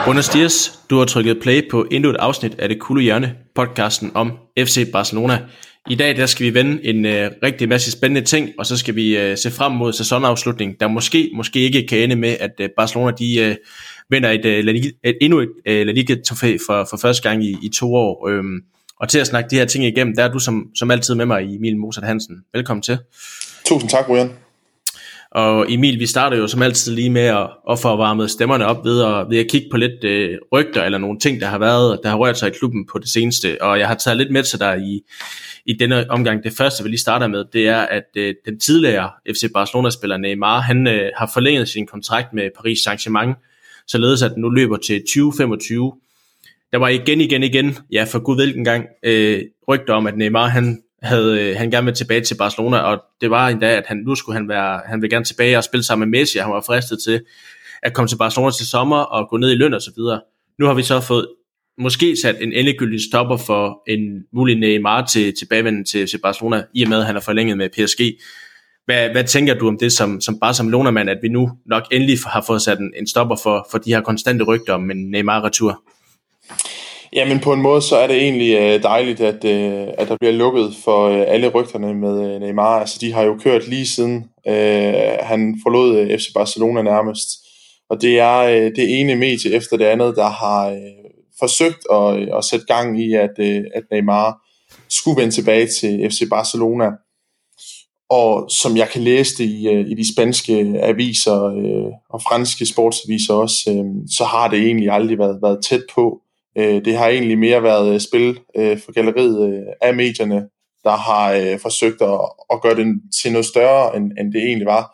Buenos dias. Du har trykket play på endnu et afsnit af Det Kulde Hjørne, podcasten om FC Barcelona. I dag der skal vi vende en rigtig masse spændende ting, og så skal vi se frem mod sæsonafslutning, der måske ikke kan ende med, at Barcelona de vinder endnu et La Liga-trofæ for første gang i 2 år. Og til at snakke de her ting igennem, der er du som altid med mig, Emil Mozart Hansen. Velkommen til. Tusind tak, Brian. Og Emil, vi starter jo som altid lige med at få varmet stemmerne op ved at kigge på lidt rygter eller nogle ting, der har rørt sig i klubben på det seneste. Og jeg har taget lidt med til dig i denne omgang. Det første, vi lige starter med, det er, at den tidligere FC Barcelona-spiller Neymar, han har forlænget sin kontrakt med Paris Saint-Germain, således at den nu løber til 2025. Der var igen, ja for gud hvilken gang, rygter om, at Neymar han gerne vil tilbage til Barcelona, og det var en dag, at han vil gerne tilbage og spille sammen med Messi, og han var fristet til at komme til Barcelona til sommer og gå ned i løn og så videre. Nu har vi så fået måske sat en endegyldig stopper for en mulig Neymar til tilbagevenden til Barcelona, i og med at han er forlænget med PSG. Hvad tænker du om det som Barcelona-mand, at vi nu nok endelig har fået sat en stopper for de her konstante rygter om en Neymar-retur? Jamen på en måde så er det egentlig dejligt, at der bliver lukket for alle rygterne med Neymar. Altså de har jo kørt lige siden han forlod FC Barcelona nærmest. Og det er det ene medie efter det andet, der har forsøgt at sætte gang i, at Neymar skulle vende tilbage til FC Barcelona. Og som jeg kan læse det i de spanske aviser og franske sportsaviser også, så har det egentlig aldrig været tæt på. Det har egentlig mere været spil for galleriet af medierne, der har forsøgt at gøre det til noget større, end det egentlig var.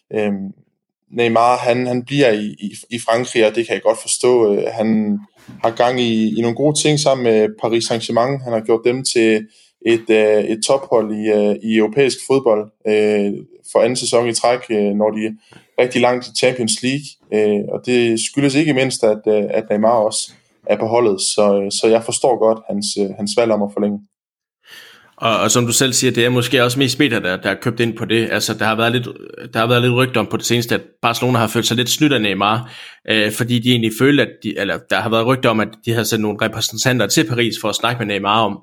Neymar, han bliver i Frankrig, og det kan jeg godt forstå. Han har gang i nogle gode ting sammen med Paris Saint-Germain. Han har gjort dem til et tophold i europæisk fodbold for anden sæson i træk, når de er rigtig langt i Champions League. Og det skyldes ikke mindst, at Neymar også er på holdet, så jeg forstår godt hans valg om at forlænge. Og som du selv siger, det er måske også mest medier, der er købt ind på det. Altså, der har været lidt rygter om på det seneste, at Barcelona har følt sig lidt snydt af Neymar, fordi de egentlig følte, at der har været rygter om, at de har sendt nogle repræsentanter til Paris for at snakke med Neymar om,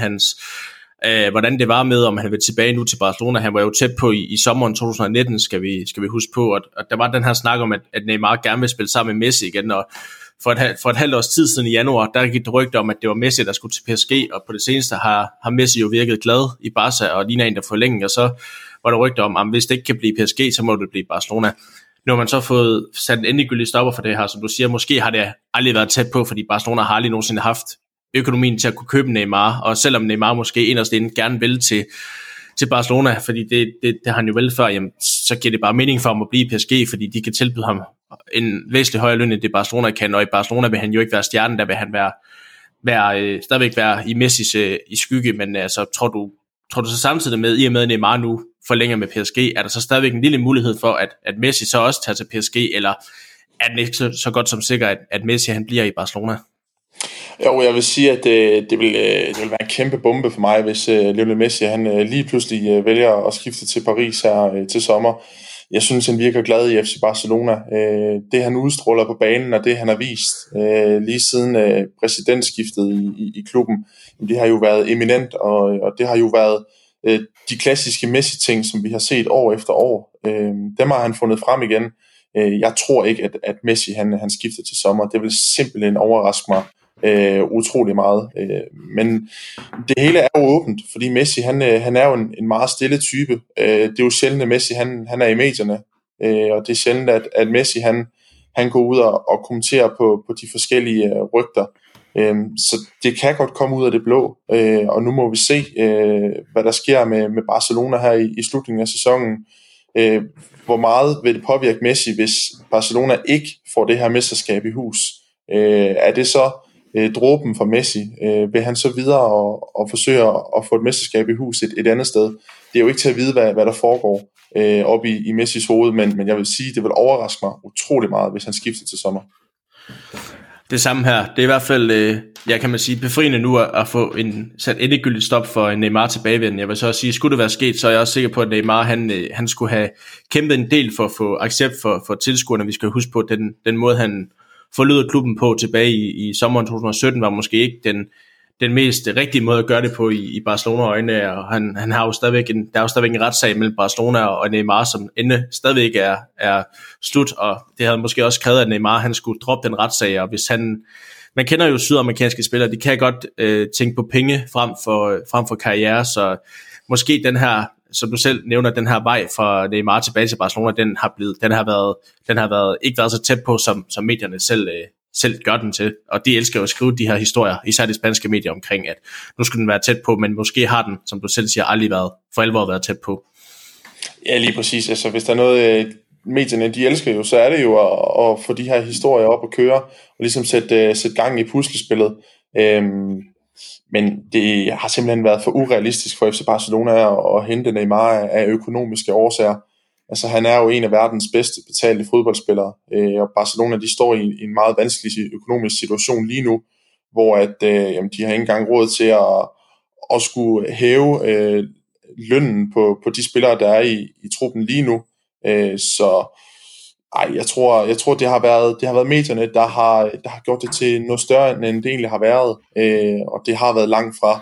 hvordan det var med, om han vil tilbage nu til Barcelona. Han var jo tæt på i sommeren 2019, skal vi huske på, og der var den her snak om, at Neymar gerne vil spille sammen med Messi igen, og for et halvt års tid siden i januar, der gik det rygter om, at det var Messi, der skulle til PSG, og på det seneste har Messi jo virket glad i Barca, og ligner en, der forlænger, og så var der rygter om, at hvis det ikke kan blive PSG, så må det blive Barcelona. Nu har man så fået sat en endegyldig stopper for det her, som du siger, måske har det aldrig været tæt på, fordi Barcelona har aldrig nogensinde haft økonomien til at kunne købe Neymar, og selvom Neymar måske inderst inde gerne vil til Barcelona, fordi det har han jo vel før, jamen, så giver det bare mening for ham at blive i PSG, fordi de kan tilbyde ham en væsentlig højere løn, end det Barcelona kan, og i Barcelona vil han jo ikke være stjernen, der vil han stadigvæk være i Messis i skygge, men altså, tror du så samtidig med, i og med at Neymar nu forlænger med PSG, er der så stadigvæk en lille mulighed for, at Messi så også tager til PSG, eller er det ikke så godt som sikkert, at Messi han bliver i Barcelona? Jo, jeg vil sige, at det vil være en kæmpe bombe for mig, hvis Lionel Messi han lige pludselig vælger at skifte til Paris her til sommer. Jeg synes, han virker glad i FC Barcelona. Det han udstråler på banen, og det han har vist lige siden præsidentskiftet i klubben, det har jo været eminent, og det har jo været de klassiske Messi-ting, som vi har set år efter år. Dem har han fundet frem igen. Jeg tror ikke, at Messi han skifter til sommer. Det vil simpelthen overraske mig utrolig meget. Men det hele er jo åbent, fordi Messi han er jo en meget stille type. Det er jo sjældent, at Messi han er i medierne, og det er sjældent, at Messi han går ud og kommenterer på de forskellige rygter. Så det kan godt komme ud af det blå, og nu må vi se, hvad der sker med Barcelona her i slutningen af sæsonen. Hvor meget vil det påvirke Messi, hvis Barcelona ikke får det her mesterskab i hus? Er det så dråben for Messi? Vil han så videre og forsøge at få et mesterskab i hus et andet sted? Det er jo ikke til at vide, hvad der foregår op i Messis hoved, men jeg vil sige, det vil overraske mig utrolig meget, hvis han skifter til sommer. Det samme her. Det er i hvert fald, kan man sige, befriende nu at få sat endegyldigt stop for en Neymar tilbagevenden. Jeg vil så også sige, skulle det være sket, så er jeg også sikker på, at Neymar han skulle have kæmpet en del for at få accept for tilskuerne. Vi skal huske på, den måde, han forlod klubben på tilbage i sommeren 2017, var måske ikke den mest rigtige måde at gøre det på i Barcelona øjne, og han har jo stadigvæk der er jo stadigvæk en retssag mellem Barcelona og Neymar, som stadigvæk er slut, og det havde måske også krævet, at Neymar han skulle droppe den retssag, og hvis man kender jo sydamerikanske spillere, de kan godt tænke på penge frem for karriere, så måske den her, som du selv nævner, den her vej fra Neymar tilbage til Barcelona, den har været ikke været så tæt på, som medierne selv gør den til, og de elsker jo at skrive de her historier, især de spanske medier omkring, at nu skulle den være tæt på, men måske har den, som du selv siger, aldrig for alvor været tæt på. Ja, lige præcis. Altså, hvis der er noget, medierne de elsker jo, så er det jo at få de her historier op at køre, og ligesom sætte gang i puslespillet. Men det har simpelthen været for urealistisk for FC Barcelona at hente Neymar af økonomiske årsager. Altså han er jo en af verdens bedste betalte fodboldspillere, og Barcelona de står i en meget vanskelig økonomisk situation lige nu, hvor de har ikke engang råd til at skulle hæve lønnen på de spillere, der er i truppen lige nu. Jeg tror det har været medierne, der har gjort det til noget større, end det egentlig har været, og det har været langt fra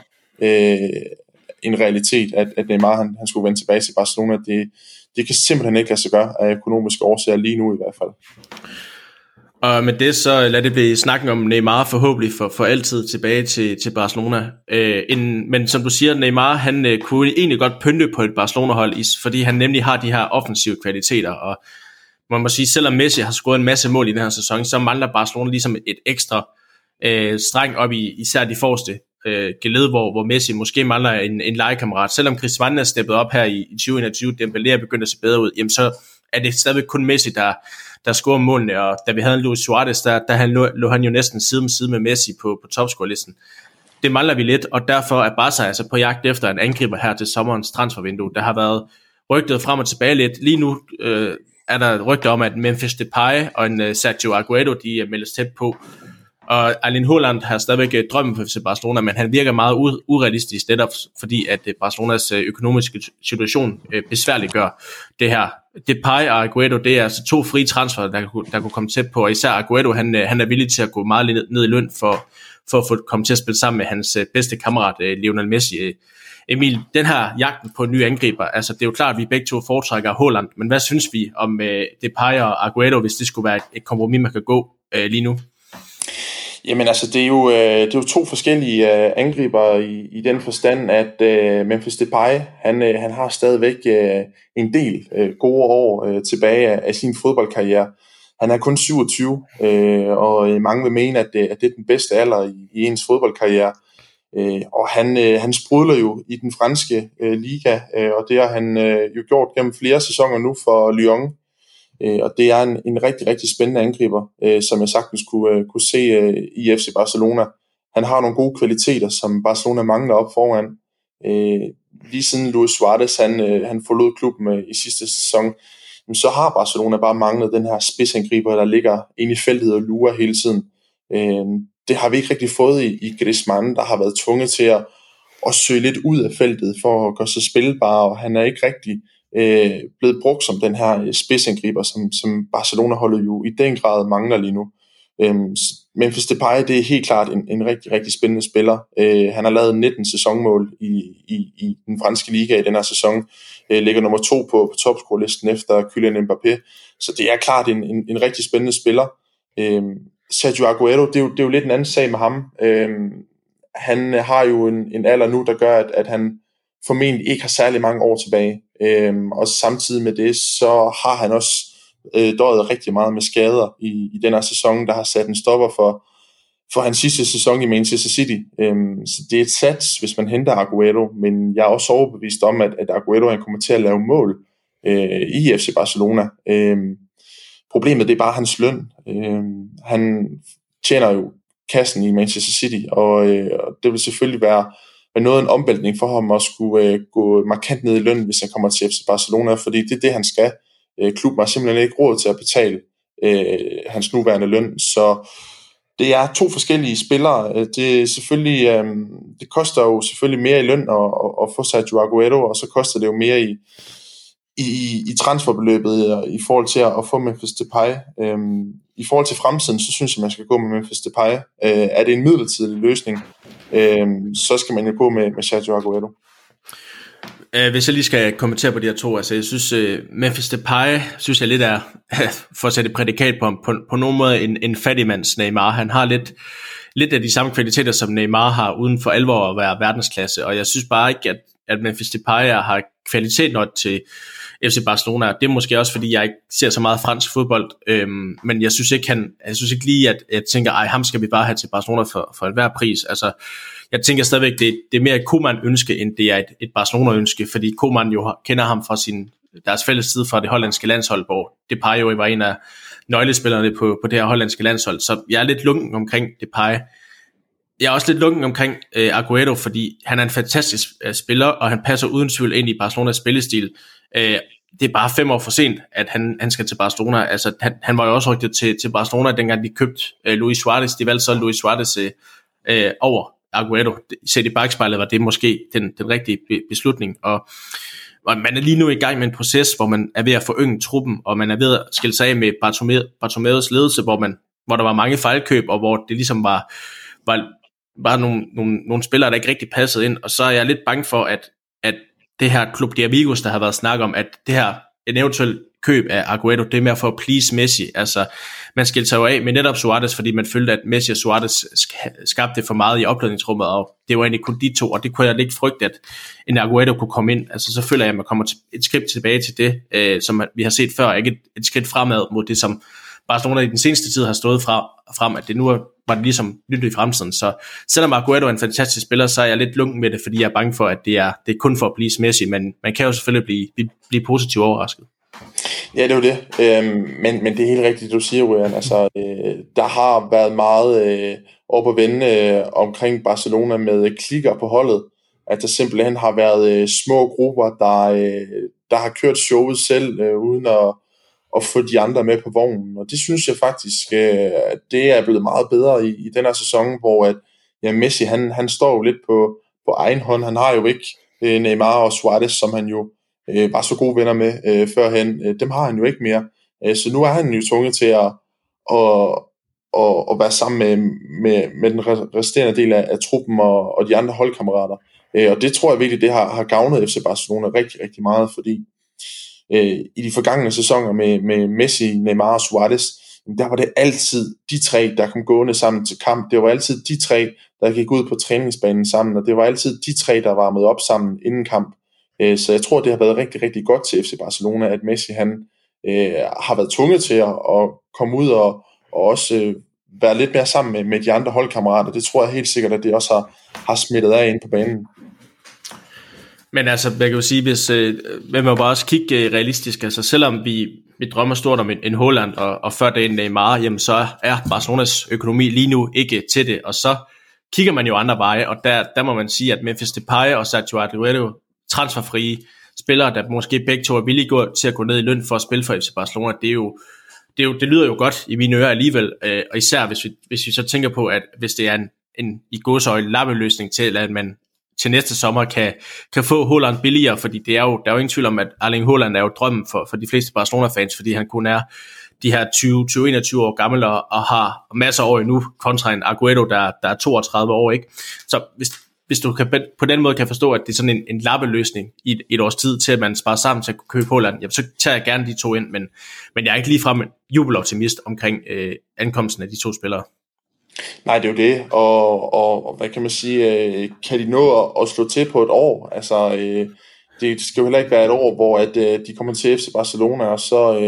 en realitet, at Neymar han skulle vende tilbage til Barcelona. Det kan simpelthen ikke lade sig gøre af økonomiske årsager lige nu i hvert fald. Og med det så lad det blive snakken om Neymar forhåbentlig for altid tilbage til Barcelona. Men som du siger, Neymar han kunne egentlig godt pynte på et Barcelona-hold, fordi han nemlig har de her offensive kvaliteter, og man må sige, selvom Messi har scoret en masse mål i den her sæson, så mangler Barcelona ligesom et ekstra streng op i især de forreste geled, hvor Messi måske mangler en legekammerat. Selvom Griezmann er steppet op her i 2021, Dembélé er begyndt at se bedre ud, jamen så er det stadigvæk kun Messi, der scorer målene, og da vi havde Luis Suarez, der lå han jo næsten side om side med Messi på topscorelisten. Det mangler vi lidt, og derfor er Barca altså på jagt efter en angriber her til sommerens transfervindue. Der har været rygtet frem og tilbage lidt. Lige nu er der rygter om, at Memphis Depay og en Sergio Aguero, de meldes tæt på. Og Erling Haaland har stadigvæk drømmen for FC Barcelona, men han virker meget urealistisk, netop fordi at Barcelonas økonomiske situation besværliggør det her. Depay og Aguero, det er altså to frie transfer, der kunne komme tæt på, og især Aguero, han er villig til at gå meget ned i løn for at få komme til at spille sammen med hans bedste kammerat, Lionel Messi. Emil, den her jagten på en ny angriber, altså det er jo klart, at vi begge to foretrækker Haaland, men hvad synes vi om Depay og Aguero, hvis det skulle være et kompromis, man kan gå lige nu? Jamen altså, det er jo to forskellige angriber i den forstand, at Memphis Depay, han har stadigvæk en del gode år tilbage af sin fodboldkarriere. Han er kun 27, og mange vil mene, at det er den bedste alder i ens fodboldkarriere. Og han sprudler jo i den franske liga, og det har han jo gjort gennem flere sæsoner nu for Lyon. Og det er en rigtig, rigtig spændende angriber, som jeg sagtens kunne se i FC Barcelona. Han har nogle gode kvaliteter, som Barcelona mangler op foran. Lige siden Luis Suarez han forlod klubben i sidste sæson, så har Barcelona bare manglet den her spidsangriber, der ligger inde i feltet og lurer hele tiden. Det har vi ikke rigtig fået i Griezmann, der har været tvunget til at søge lidt ud af feltet for at gøre sig spilbar, og han er ikke rigtig blevet brugt som den her spidsangriber, som Barcelona-holdet jo i den grad mangler lige nu. Memphis Depay, det er helt klart en rigtig, rigtig spændende spiller. Han har lavet 19 sæsonmål i den franske liga i den her sæson. Ligger nummer 2 på topscorelisten efter Kylian Mbappé. Så det er klart en rigtig spændende spiller. Sergio Aguero, det er jo lidt en anden sag med ham. Han har jo en alder nu, der gør, at han formentlig ikke har særlig mange år tilbage. Og samtidig med det, så har han også døjet rigtig meget med skader i den her sæson, der har sat en stopper for hans sidste sæson i Manchester City. Så det er et sats, hvis man henter Aguero, men jeg er også overbevist om, at Aguero han kommer til at lave mål i FC Barcelona. Problemet det er bare hans løn. Han tjener jo kassen i Manchester City, og det vil selvfølgelig være noget en omvæltning for ham at skulle gå markant ned i løn, hvis han kommer til FC Barcelona, fordi det er det, han skal. Klubben har simpelthen ikke råd til at betale hans nuværende løn, så det er to forskellige spillere. Det er selvfølgelig, det koster jo selvfølgelig mere i løn at få Sergio Aguero, og så koster det jo mere i transferbeløbet i forhold til at få Memphis Depay. i forhold til fremtiden, så synes jeg, man skal gå med Memphis Depay. Er det en midlertidig løsning, så skal man jo gå med Sergio Aguero. Hvis jeg lige skal kommentere på de her to, altså jeg synes, Memphis Depay, synes jeg lidt er, for at sætte et prædikat på nogen måde, en fattigmands Neymar. Han har lidt af de samme kvaliteter, som Neymar har, uden for alvor at være verdensklasse, og jeg synes bare ikke, at Memphis Depay har kvalitet nok til FC Barcelona. Det er måske også, fordi jeg ikke ser så meget fransk fodbold, men jeg synes ikke lige, at jeg tænker, ham skal vi bare have til Barcelona for enhver pris. Altså, jeg tænker stadigvæk, det er mere et Koeman-ønske, end det er et Barcelona-ønske, fordi Koeman jo kender ham fra deres fælles tid fra det hollandske landshold, hvor Depay jo var en af nøglespillerne på det her hollandske landshold. Så jeg er lidt lunken omkring Depay. Jeg er også lidt lunken omkring Aguero, fordi han er en fantastisk spiller, og han passer uden tvivl ind i Barcelonas spillestil. Det er bare 5 år for sent, at han skal til Barcelona. Altså, han var jo også rygtet til Barcelona, dengang de købte Luis Suarez. De valgte så Luis Suarez over Aguero. Set i bagspejlet var det måske den rigtige beslutning. Og man er lige nu i gang med en proces, hvor man er ved at forynge truppen, og man er ved at skille sig af med Bartomeus ledelse, hvor der var mange fejlkøb, og hvor det ligesom var nogle spillere, der ikke rigtig passede ind. Og så er jeg lidt bange for, at det her Club de Amigos, der har været snak om, at det her en eventuel køb af Aguero, det er mere for at please Messi. Altså, man skilte sig jo af med netop Suarez, fordi man følte, at Messi og Suarez skabte for meget i opladningsrummet, og det var egentlig kun de to, og det kunne jeg ikke frygte, at en Aguero kunne komme ind. Altså, så føler jeg, at man kommer et skridt tilbage til det, som vi har set før, ikke et skridt fremad mod det, som Barcelona i den seneste tid har stået frem, at det nu var det ligesom nyt i fremtiden. Så selvom Aguero er en fantastisk spiller, så er jeg lidt lunken med det, fordi jeg er bange for, at det er kun for at blive Messi, men man kan jo selvfølgelig blive positivt overrasket. Ja, det er jo det. Men det er helt rigtigt, du siger, Ryan. Altså, der har været meget op at vende omkring Barcelona med klikker på holdet. At der simpelthen har været små grupper, der har kørt showet selv, uden at få de andre med på vognen. Og det synes jeg faktisk, det er blevet meget bedre i den her sæson, hvor at, Messi, han står jo lidt på egen hånd. Han har jo ikke Neymar og Suarez, som han jo var så gode venner med førhen. Dem har han jo ikke mere. Så nu er han jo tvunget til at være sammen med den resterende del af truppen og de andre holdkammerater. Og det tror jeg virkelig, det har gavnet FC Barcelona rigtig, rigtig meget, fordi i de forgangne sæsoner med Messi, Neymar og Suarez, der var det altid de tre, der kom gående sammen til kamp. Det var altid de tre, der gik ud på træningsbanen sammen, og det var altid de tre, der varmede op sammen inden kamp. Så jeg tror, det har været rigtig, rigtig godt til FC Barcelona, at Messi han har været tvunget til at komme ud og også være lidt mere sammen med de andre holdkammerater. Det tror jeg helt sikkert, at det også har smittet af ind på banen. Men altså, jeg kan jo sige, hvis man må bare også kigge realistisk, altså selvom vi drømmer stort om en Haaland og før det en Neymar, jamen så er Barcelonas økonomi lige nu ikke til det, og så kigger man jo andre veje, og der må man sige, at Memphis Depay og Sergio Aguero, transferfrie spillere, der måske begge to er villige til at gå ned i løn for at spille for FC Barcelona, det lyder jo godt i mine ører alligevel, og især hvis vi så tænker på, at hvis det er en i gåseøjne lappeløsning til, at man til næste sommer kan få Haaland billigere, fordi der er jo ingen tvivl om, at Erling Haaland er jo drømmen for de fleste Barcelona-fans, fordi han kun er de her 20-21 år gammel og har masser af år endnu, kontra en Aguero, der er 32 år, ikke? Så hvis du på den måde kan forstå, at det er sådan en lappeløsning i et års tid, til at man sparer sammen til at kunne købe Haaland, jamen, så tager jeg gerne de to ind, men jeg er ikke ligefrem en jubeloptimist omkring ankomsten af de to spillere. Nej, det er jo det, og hvad kan man sige, kan de nå at slå til på et år? Altså, det skal jo heller ikke være et år, hvor at de kommer til FC Barcelona, og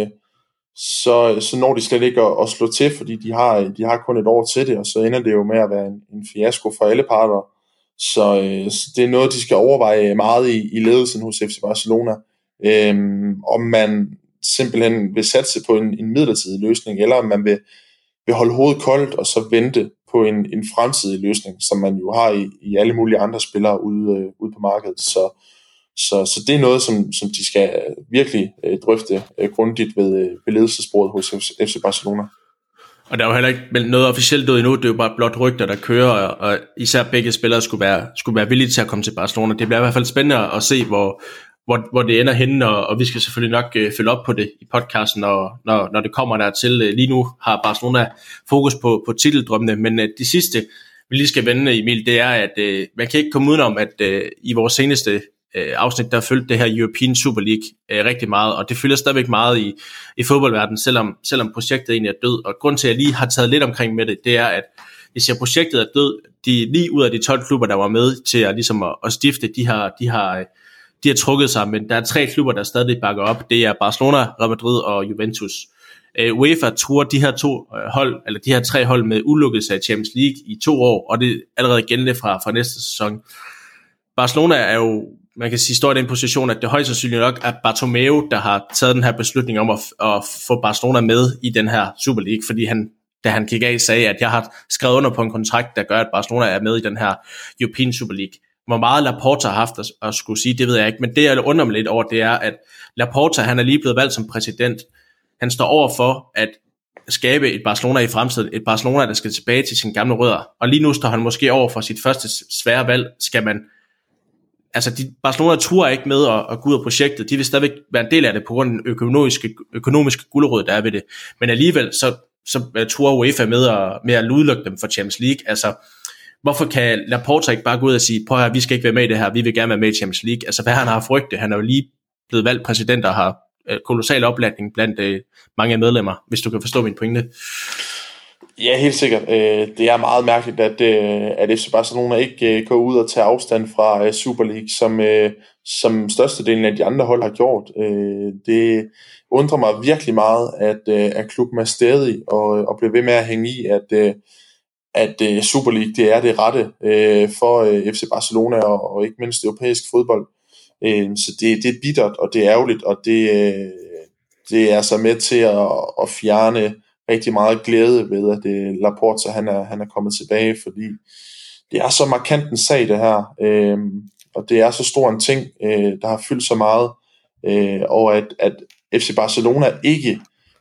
så når de slet ikke at slå til, fordi de har kun et år til det, og så ender det jo med at være en fiasko for alle parter. Så det er noget, de skal overveje meget i ledelsen hos FC Barcelona, om man simpelthen vil satse på en midlertidig løsning, eller om man vil holde hovedet koldt og så vente på en fremtidig løsning, som man jo har i alle mulige andre spillere ude på markedet. Så det er noget, som de skal virkelig drøfte grundigt ved ledelsesbordet hos FC Barcelona. Og der er jo heller ikke noget officielt ud endnu, det er jo bare blot rygter, der kører, og især begge spillere skulle være villige til at komme til Barcelona. Det bliver i hvert fald spændende at se, hvor det ender henne, og vi skal selvfølgelig nok følge op på det i podcasten, når det kommer dertil. Lige nu har Barcelona fokus på titeldrømmene, men det sidste, vi lige skal vende, Emil, det er, at man kan ikke komme udenom, at i vores seneste afsnit, der følte det her European Super League rigtig meget, og det fylder stadigvæk meget i fodboldverdenen, selvom projektet egentlig er død. Og grund til, at jeg lige har taget lidt omkring med det, det er, at hvis jeg projektet er død, de 9 ud af de 12 klubber, der var med til at stifte, de har trukket sig, men der er 3 klubber, der stadig bakker op. Det er Barcelona, Real Madrid og Juventus. UEFA truer de her 2 hold, eller de her 3 hold med udelukkelse af Champions League i 2 år, og det er allerede gældende fra næste sæson. Barcelona er jo, man kan sige, står i den position, at det højst sandsynligt nok er Bartomeu, der har taget den her beslutning om at få Barcelona med i den her Super League, fordi da han gik af, sagde, at jeg har skrevet under på en kontrakt, der gør, at Barcelona er med i den her European Super League. Hvor meget Laporta har haft at skulle sige, det ved jeg ikke, men det jeg undrer mig lidt over, det er, at Laporta, han er lige blevet valgt som præsident. Han står over for at skabe et Barcelona i fremtiden, et Barcelona, der skal tilbage til sine gamle rødder, og lige nu står han måske over for sit første svære valg. Barcelona turer ikke med at gå ud af projektet, de vil stadigvæk være en del af det på grund af den økonomiske gulerod, der er ved det, men alligevel så turer UEFA med at udelukke dem for Champions League. Altså, hvorfor kan Laporta ikke bare gå ud og sige, prøv at vi skal ikke være med i det her, vi vil gerne være med i Champions League? Altså, hvad han har frygtet? Han er jo lige blevet valgt præsident og har kolossal opladning blandt mange medlemmer, hvis du kan forstå min pointe. Ja, helt sikkert. Det er meget mærkeligt, at FC Barcelona ikke går ud og tager afstand fra Super League, som størstedelen af de andre hold har gjort. Det undrer mig virkelig meget, at klubben er stædig og bliver ved med at hænge i, at Super League det er det rette for FC Barcelona og ikke mindst europæisk fodbold. Så det er bittert, og det er ærgerligt, og det er så med til at fjerne rigtig meget glæde ved, at Laporta han er kommet tilbage, fordi det er så markant en sag det her, og det er så stor en ting, der har fyldt så meget, og at FC Barcelona ikke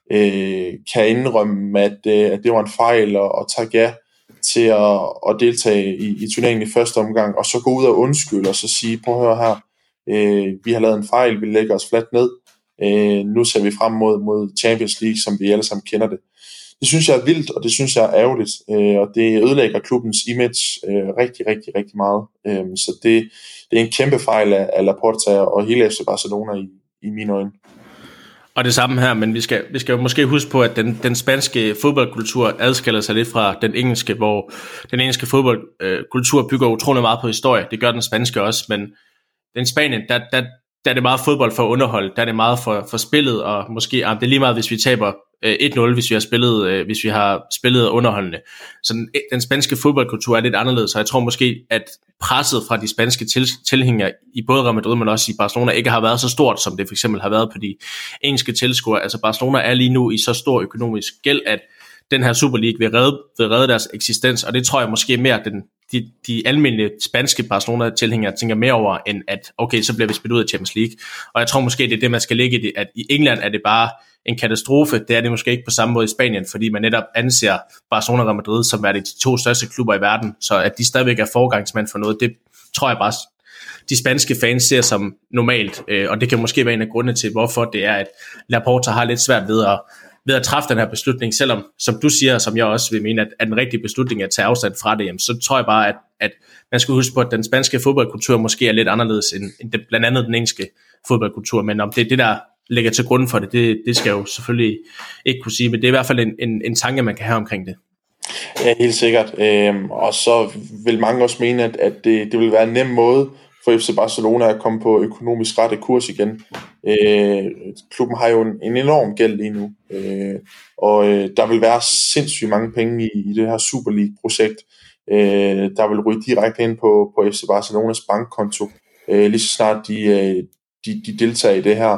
kan indrømme, at det var en fejl og tage ja til at deltage i turneringen i første omgang, og så gå ud og undskylde og så sige, prøv at høre her, vi har lavet en fejl, vi lægger os fladt ned, nu ser vi frem mod Champions League, som vi alle sammen kender det. Det synes jeg er vildt, og det synes jeg er ærgerligt, og det ødelægger klubbens image rigtig, rigtig, rigtig meget. Så det er en kæmpe fejl af Laporta og hele FC Barcelona i mine øjne. Og det samme her, men vi skal jo måske huske på, at den spanske fodboldkultur adskiller sig lidt fra den engelske, hvor den engelske fodboldkultur bygger utrolig meget på historie. Det gør den spanske også, men den Spanien, der er det meget fodbold for at underholde, der er det meget for spillet, og måske det er lige meget, hvis vi taber 1-0, hvis vi har spillet underholdende. Så den spanske fodboldkultur er lidt anderledes, så jeg tror måske, at presset fra de spanske tilhængere i både Real Madrid, men også i Barcelona, ikke har været så stort, som det for eksempel har været på de engelske tilskuere. Altså Barcelona er lige nu i så stor økonomisk gæld, at den her Super League vil redde deres eksistens, og det tror jeg måske mere, at de almindelige spanske Barcelona-tilhængere tænker mere over, end at okay, så bliver vi spillet ud af Champions League. Og jeg tror måske, det er det, man skal lægge i det, at i England er det bare en katastrofe. Det er det måske ikke på samme måde i Spanien, fordi man netop anser Barcelona og Real Madrid som værende de 2 største klubber i verden, så at de stadigvæk er foregangsmænd for noget, det tror jeg bare, de spanske fans ser som normalt, og det kan måske være en af grundene til, hvorfor det er, at Laporta har lidt svært ved at træffe den her beslutning, selvom, som du siger, som jeg også vil mene, at den rigtige beslutning er at tage afstand fra det, så tror jeg bare, at man skal huske på, at den spanske fodboldkultur måske er lidt anderledes end blandt andet den engelske fodboldkultur, men om det er det, der ligger til grund for det skal jeg jo selvfølgelig ikke kunne sige, men det er i hvert fald en tanke, man kan have omkring det. Ja, helt sikkert. Og så vil mange også mene, at det vil være en nem måde for FC Barcelona at komme på økonomisk rette kurs igen. Klubben har jo en enorm gæld lige nu, og der vil være sindssygt mange penge i det her Super League-projekt. Der vil ryge direkte ind på FC Barcelonas bankkonto, lige så snart de deltager i det her.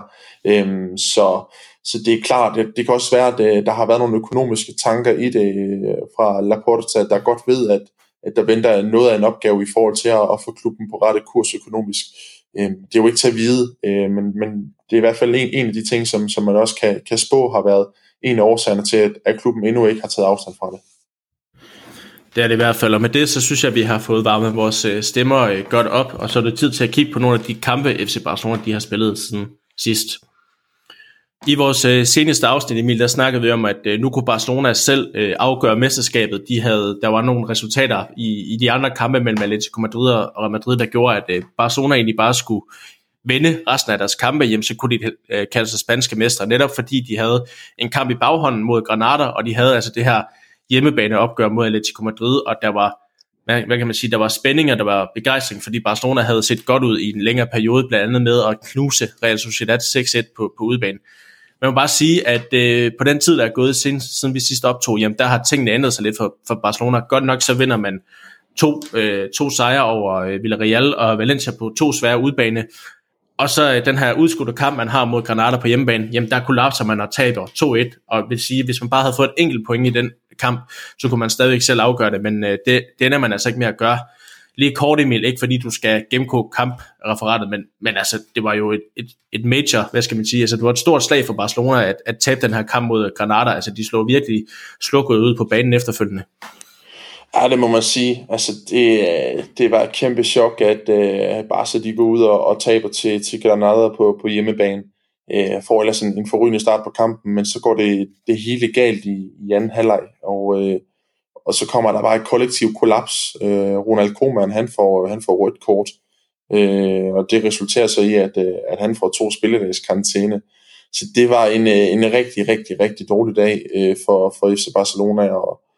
Så det er klart, det kan også være, at der har været nogle økonomiske tanker i det fra Laporta, der godt ved, at der venter noget af en opgave i forhold til at få klubben på rette kurs økonomisk. Det er jo ikke til at vide, men det er i hvert fald en af de ting, som man også kan spå har været en af årsagerne til, at klubben endnu ikke har taget afstand fra det. Det er det i hvert fald, og med det, så synes jeg, at vi har fået varmet vores stemmer godt op, og så er det tid til at kigge på nogle af de kampe, FC Barcelona de har spillet siden sidst. I vores seneste afsnit, Emil, der snakkede vi om, at nu kunne Barcelona selv afgøre mesterskabet. Der var nogle resultater i de andre kampe mellem Atletico Madrid og Real Madrid, der gjorde, at Barcelona egentlig bare skulle vinde resten af deres kampe hjem, så kunne de kalde sig spanske mestre, netop fordi de havde en kamp i baghånden mod Granada, og de havde altså det her hjemmebaneopgør mod Atletico Madrid, og der var, hvad kan man sige, der var spænding, og der var begejstring, fordi Barcelona havde set godt ud i en længere periode, blandt andet med at knuse Real Sociedad 6-1 på udebane. Man må bare sige, at på den tid, der er gået siden vi sidst optog, jamen der har tingene ændret sig lidt for Barcelona. Godt nok så vinder man to sejre over Villarreal og Valencia på 2 svære udebane, og så den her udskudte kamp, man har mod Granada på hjemmebane, jamen der kollapser man og taber 2-1, og vil sige, hvis man bare havde fået et enkelt point i den kamp, så kunne man stadigvæk selv afgøre det, men det ender man altså ikke med at gøre. Lige kort, Emil, ikke fordi du skal gennemgå kampreferatet, men altså, det var jo et major, hvad skal man sige, altså det var et stort slag for Barcelona at tabe den her kamp mod Granada, altså de slog virkelig slukket ud på banen efterfølgende. Ja, det må man sige. Altså, det var et kæmpe chok, at Barca de går ud og taber til Granada på hjemmebane. Får ellers en forrygende start på kampen, men så går det hele galt i anden halvleg, og så kommer der bare et kollektiv kollaps. Ronald Koeman, han får rødt kort, og det resulterer så i, at han får 2 spilledages karantæne. Så det var en rigtig, rigtig, rigtig dårlig dag for FC Barcelona,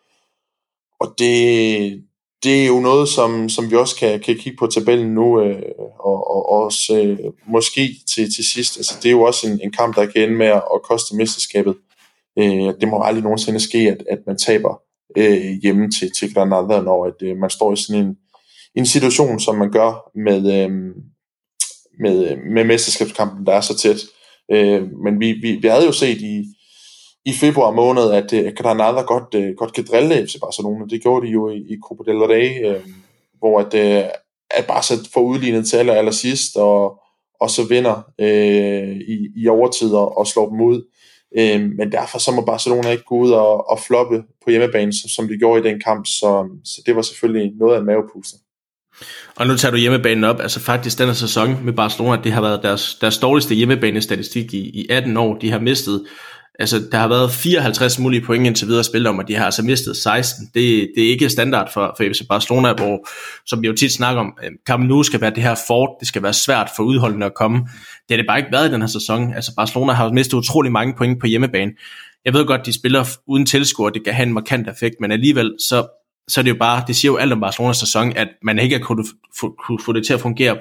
og det er jo noget, som vi også kan kigge på tabellen nu, og også måske til sidst. Altså, det er jo også en kamp, der kan ende med at koste mesterskabet. Det må aldrig nogensinde ske, at man taber hjemme til Granada, når man står i sådan en situation, som man gør med mesterskabskampen, der er så tæt. Men vi havde jo set i februar måned, at Granada godt kan drille FC Barcelona. Det gjorde de jo i Copa del Rey, hvor at Barca får udlignet til allersidst, og så vinder i overtid og slår dem ud. Men derfor så må Barcelona ikke gå ud og floppe på hjemmebane, som de gjorde i den kamp, så det var selvfølgelig noget af en mavepuster. Og nu tager du hjemmebanen op, altså faktisk denne sæson med Barcelona, det har været deres dårligste hjemmebanestatistik i 18 år. De har mistet, altså der har været 54 mulige point indtil videre at spille om, og de har altså mistet 16. Det er ikke standard for FC Barcelona, hvor, som vi jo tit snakker om, Camp Nou skal være det her fort, det skal være svært for udholdene at komme. Det har det bare ikke været i den her sæson. Altså Barcelona har mistet utrolig mange point på hjemmebane. Jeg ved godt, de spiller uden tilskuere, det kan have en markant effekt, men alligevel så er det jo bare, det siger jo alt om Barcelonas sæson, at man ikke har kunne få det til at fungere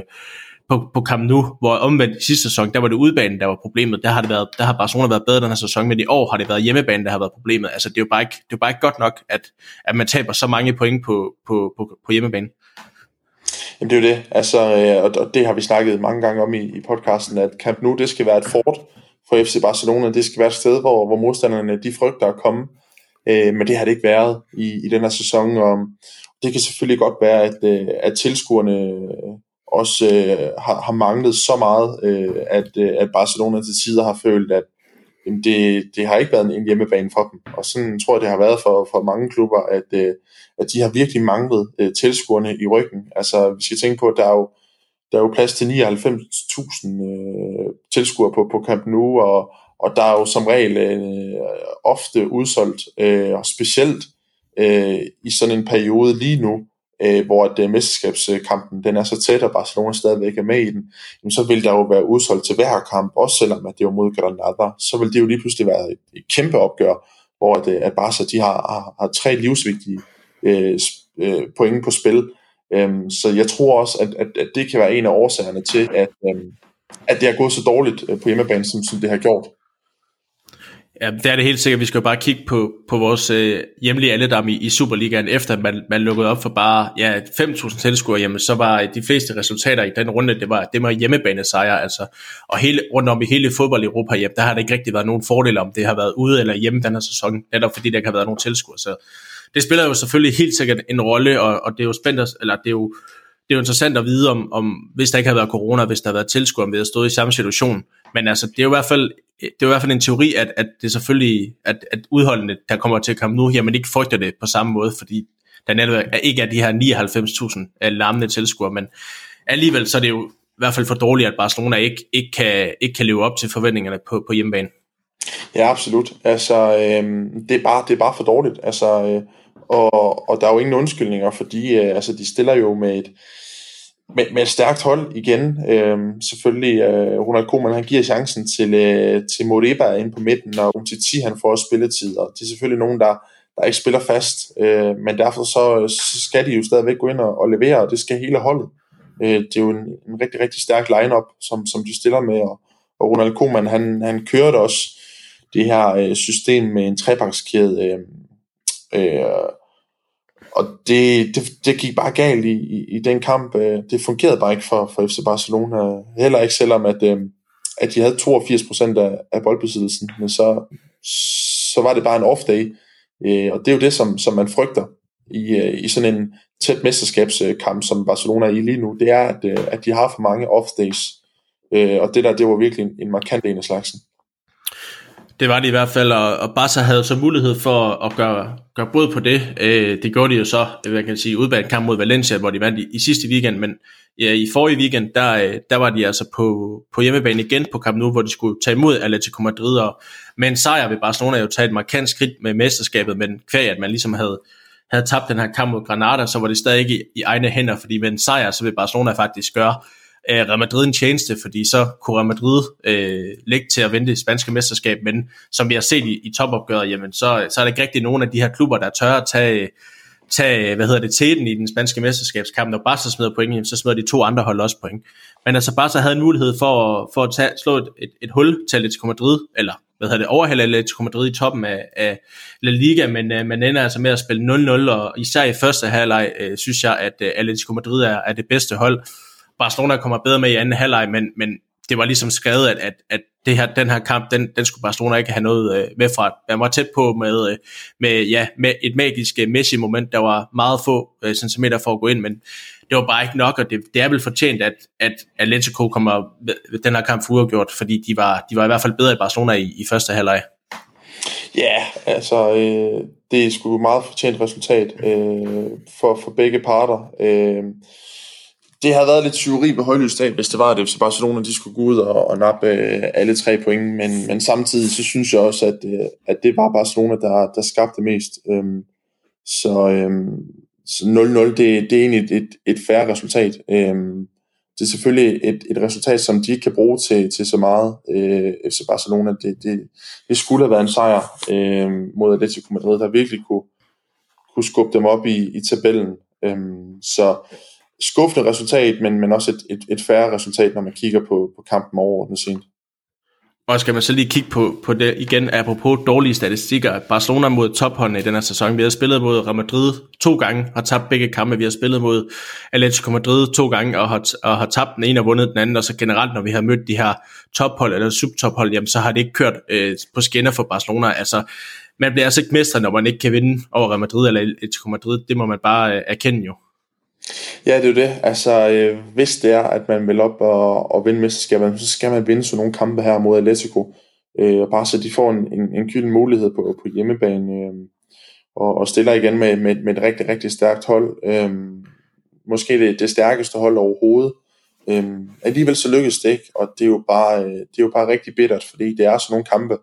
på Camp Nou, hvor omvendt i sidste sæson, der var det udebanen, der var problemet. Der har Barcelona været bedre den her sæson, men i år har det været hjemmebanen, der har været problemet. Altså det er jo bare ikke godt nok, at man taber så mange point på hjemmebane. Jamen det er jo det, altså, og det har vi snakket mange gange om i podcasten, at Camp Nou, det skal være et fort for FC Barcelona, det skal være et sted, hvor modstanderne, de frygter at komme, men det har det ikke været i den her sæson, og det kan selvfølgelig godt være, at tilskuerne også har manglet så meget, at Barcelona til tider har følt, at det har ikke været en hjemmebane for dem, og sådan tror jeg, det har været for mange klubber, at de har virkelig manglet tilskuerne i ryggen. Altså vi skal tænke på, at der er jo plads til 99.000 tilskuere på Camp Nou, og der er jo som regel ofte udsolgt, og specielt i sådan en periode lige nu, hvor mesterskabskampen den er så tæt, og Barcelona stadigvæk er med i den, så vil der jo være udsolgt til hver kamp, også selvom at det var mod Granada, så vil det jo lige pludselig være et kæmpe opgør, hvor at Barca de har 3 livsvigtige point på spil. Så jeg tror også, at det kan være en af årsagerne til, at det har gået så dårligt på hjemmebane, som det har gjort. Ja, det er det helt sikkert. Vi skal jo bare kigge på vores hjemlige alledam i Superligaen, efter man lukkede op for bare 5.000 tilskuere, jamen så var de fleste resultater i den runde, det var hjemmebanesejre, altså, og rundt om i hele fodbold i Europa, jamen, der har der ikke rigtig været nogen fordel om det har været ude eller hjemme den her sæson, netop fordi der ikke har været nogen tilskuere, så det spiller jo selvfølgelig helt sikkert en rolle, og det er jo spændende, eller det er jo interessant at vide om hvis der ikke har været corona, hvis der har været tilskuere, om vi havde stået i samme situation. Men altså, det er jo i hvert fald en teori, at det selvfølgelig, at udholdene, der kommer til at komme nu, jamen ikke frygter det på samme måde, fordi der netop ikke er de her 99.000 larmende tilskuere, men alligevel så er det jo i hvert fald for dårligt, at Barcelona ikke kan leve op til forventningerne på hjemmebane. Ja, absolut. Altså, det er bare for dårligt. Altså, og der er jo ingen undskyldninger, fordi altså, de stiller jo med et stærkt hold igen. Selvfølgelig, Ronald Koeman, han giver chancen til Moriba inde på midten, og Umtiti, han får også spilletid, og det er selvfølgelig nogen, der ikke spiller fast, men derfor så skal de jo stadigvæk gå ind og levere, og det skal hele holdet. Det er jo en rigtig, rigtig stærk line-up, som de stiller med, og Ronald Koeman, han kørte også det her system med en trebakskæde, og det gik bare galt i den kamp. Det fungerede bare ikke for FC Barcelona, heller ikke selvom at de havde 82% af boldbesiddelsen, men så var det bare en off-day, og det er jo det, som man frygter i sådan en tæt mesterskabskamp, som Barcelona er i lige nu. Det er, at de har for mange off-days, og det var virkelig en markant en af slagsen. Det var det i hvert fald, og Barca havde så mulighed for at gøre bod på det. Det gjorde de jo så, jeg kan sige, udbag en kamp mod Valencia, hvor de vandt i sidste weekend, men ja, i forrige weekend, der var de altså på hjemmebane igen på Camp Nou, hvor de skulle tage imod Atletico Madrid, og med en sejr vil Barcelona jo tage et markant skridt med mesterskabet, men kvæg at man ligesom havde tabt den her kamp mod Granada, så var det stadig ikke i egne hænder, fordi med en sejr, så vil Barcelona faktisk gøre Real Madrid en tjeneste, fordi så kunne Real Madrid lægge til at vinde det spanske mesterskab, men som vi har set i topopgøret, jamen så er der ikke rigtig nogen af de her klubber, der tør at tage teten i den spanske mesterskabskamp. Når Barca smider point, så smider de to andre hold også point. Men altså Barca havde en mulighed for at slå et hul til Atletico Madrid, eller overhælde Atletico Madrid i toppen af La Liga, men man ender altså med at spille 0-0, og især i første halvleg synes jeg, at Atletico Madrid er det bedste hold. Barcelona kommer bedre med i anden halvleg, men det var ligesom skrevet, at den her kamp, den skulle Barcelona ikke have noget med fra. Man var tæt på med et magisk Messi-moment, der var meget få centimeter for at gå ind, men det var bare ikke nok, og det er vel fortjent, at Atletico kommer den her kamp for uafgjort, fordi de var i hvert fald bedre i Barcelona i første halvleg. Ja, altså det er sgu et meget fortjent resultat for begge parter. Det havde været lidt tyveri ved højlysdag, hvis det var, at FC Barcelona de skulle gå ud og nappe alle 3 point, men samtidig så synes jeg også, at det var Barcelona, der skabte mest. Så 0-0, det er egentlig et fair resultat. Det er selvfølgelig et resultat, som de ikke kan bruge til så meget. FC Barcelona, det skulle have været en sejr mod Atletico Madrid, der virkelig kunne skubbe dem op i tabellen. Så skuffende resultat, men også et færre resultat, når man kigger på kampen overordnet set. Og skal man så lige kigge på det igen, apropos dårlige statistikker. Barcelona mod topholdene i den her sæson. Vi har spillet mod Real Madrid 2 gange, har tabt begge kampe. Vi har spillet mod Atletico Madrid 2 gange, og har tabt den ene og vundet den anden. Og så generelt, når vi har mødt de her tophold eller subtophold, jamen så har det ikke kørt på skinner for Barcelona. Altså, man bliver altså ikke mestre, når man ikke kan vinde over Real Madrid eller Atletico Madrid. Det må man bare erkende jo. Ja, det er jo det. Altså, hvis det er, at man vil op og vinde mesterskabet, så skal man vinde sådan nogle kampe her mod Atletico. Og bare så de får en gylden mulighed på hjemmebane. Og stiller igen med et rigtig, rigtig stærkt hold. Måske det stærkeste hold overhovedet. Alligevel så lykkes det ikke, og det er jo bare rigtig bittert, fordi det er sådan nogle kampe,